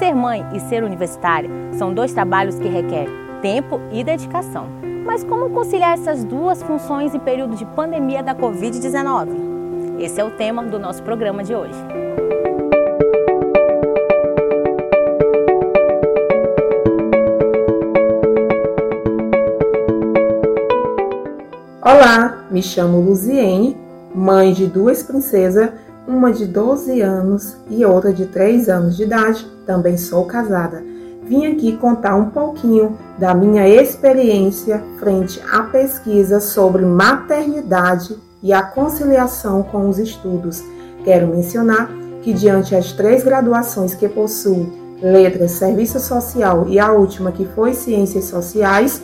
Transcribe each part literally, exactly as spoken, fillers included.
Ser mãe e ser universitária são dois trabalhos que requerem tempo e dedicação. Mas como conciliar essas duas funções em período de pandemia da covid dezenove? Esse é o tema do nosso programa de hoje. Olá, me chamo Luziene, mãe de duas princesas, uma de doze anos e outra de três anos de idade. Também sou casada. Vim aqui contar um pouquinho da minha experiência frente à pesquisa sobre maternidade e a conciliação com os estudos. Quero mencionar que, diante das três graduações que possuo, Letras, Serviço Social e a última que foi Ciências Sociais,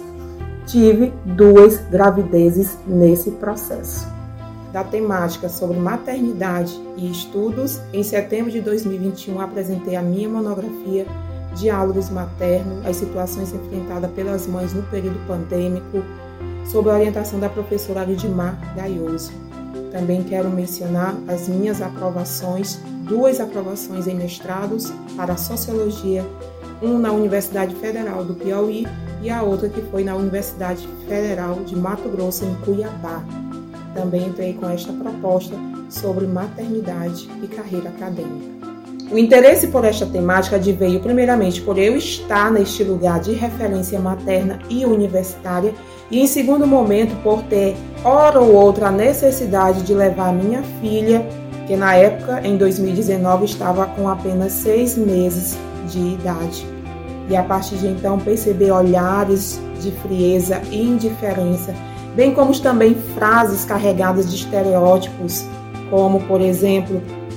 tive duas gravidezes nesse processo. Da temática sobre maternidade e estudos, em setembro de dois mil e vinte e um apresentei a minha monografia Diálogos Maternos, as situações enfrentadas pelas mães no período pandêmico, sob a orientação da professora Lidmar Gaioso. Também quero mencionar as minhas aprovações, duas aprovações em mestrados para Sociologia, um na Universidade Federal do Piauí e a outra que foi na Universidade Federal de Mato Grosso, em Cuiabá. Também entrei com esta proposta sobre maternidade e carreira acadêmica. O interesse por esta temática adveio primeiramente por eu estar neste lugar de referência materna e universitária e, em segundo momento, por ter, hora ou outra, a necessidade de levar minha filha, que na época, em dois mil e dezenove, estava com apenas seis meses de idade. E a partir de então perceber olhares de frieza e indiferença, bem como também frases carregadas de estereótipos, como, por exemplo,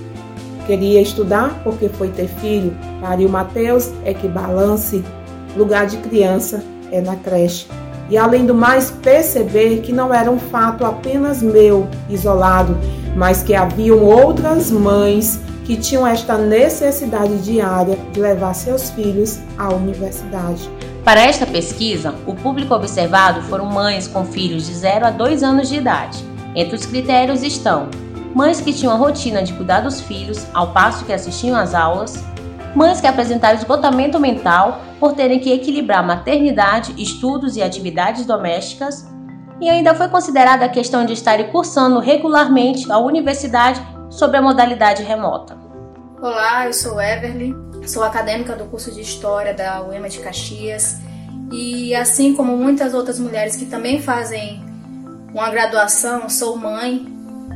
queria estudar porque foi ter filho, pariu Mateus, é que balance, lugar de criança é na creche. E além do mais, perceber que não era um fato apenas meu, isolado, mas que haviam outras mães que tinham esta necessidade diária de levar seus filhos à universidade. Para esta pesquisa, o público observado foram mães com filhos de zero a dois anos de idade. Entre os critérios estão mães que tinham a rotina de cuidar dos filhos ao passo que assistiam às aulas, mães que apresentaram esgotamento mental por terem que equilibrar maternidade, estudos e atividades domésticas, e ainda foi considerada a questão de estarem cursando regularmente a universidade sobre a modalidade remota. Olá, eu sou Everly, sou acadêmica do curso de História da U E M A de Caxias e, assim como muitas outras mulheres que também fazem uma graduação, sou mãe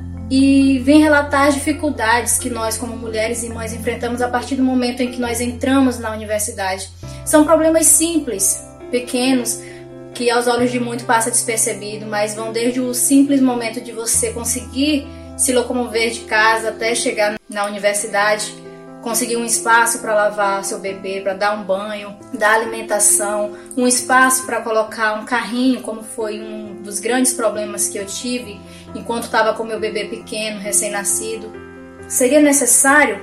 e vim relatar as dificuldades que nós como mulheres e mães enfrentamos a partir do momento em que nós entramos na universidade. São problemas simples, pequenos, que aos olhos de muito passa despercebido, mas vão desde o simples momento de você conseguir se locomover de casa até chegar na universidade, conseguir um espaço para lavar seu bebê, para dar um banho, dar alimentação, um espaço para colocar um carrinho, como foi um dos grandes problemas que eu tive enquanto estava com meu bebê pequeno, recém-nascido. Seria necessário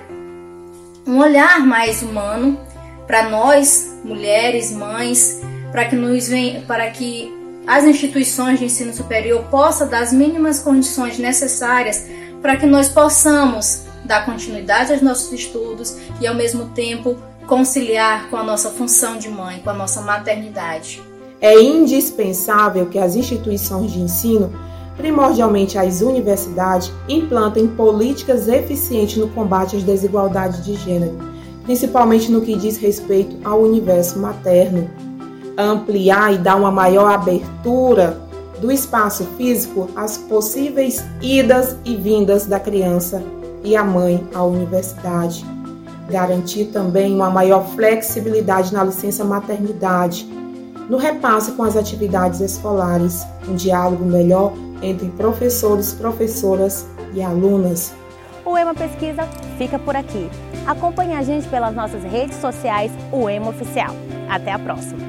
um olhar mais humano para nós, mulheres, mães, para que, nos vem, para que as instituições de ensino superior possam dar as mínimas condições necessárias para que nós possamos dar continuidade aos nossos estudos e, ao mesmo tempo, conciliar com a nossa função de mãe, com a nossa maternidade. É indispensável que as instituições de ensino, primordialmente as universidades, implantem políticas eficientes no combate às desigualdades de gênero, principalmente no que diz respeito ao universo materno. Ampliar e dar uma maior abertura do espaço físico às possíveis idas e vindas da criança e a mãe à universidade. Garantir também uma maior flexibilidade na licença maternidade, no repasse com as atividades escolares, um diálogo melhor entre professores, professoras e alunas. O EMA Pesquisa fica por aqui. Acompanhe a gente pelas nossas redes sociais, o EMA Oficial. Até a próxima!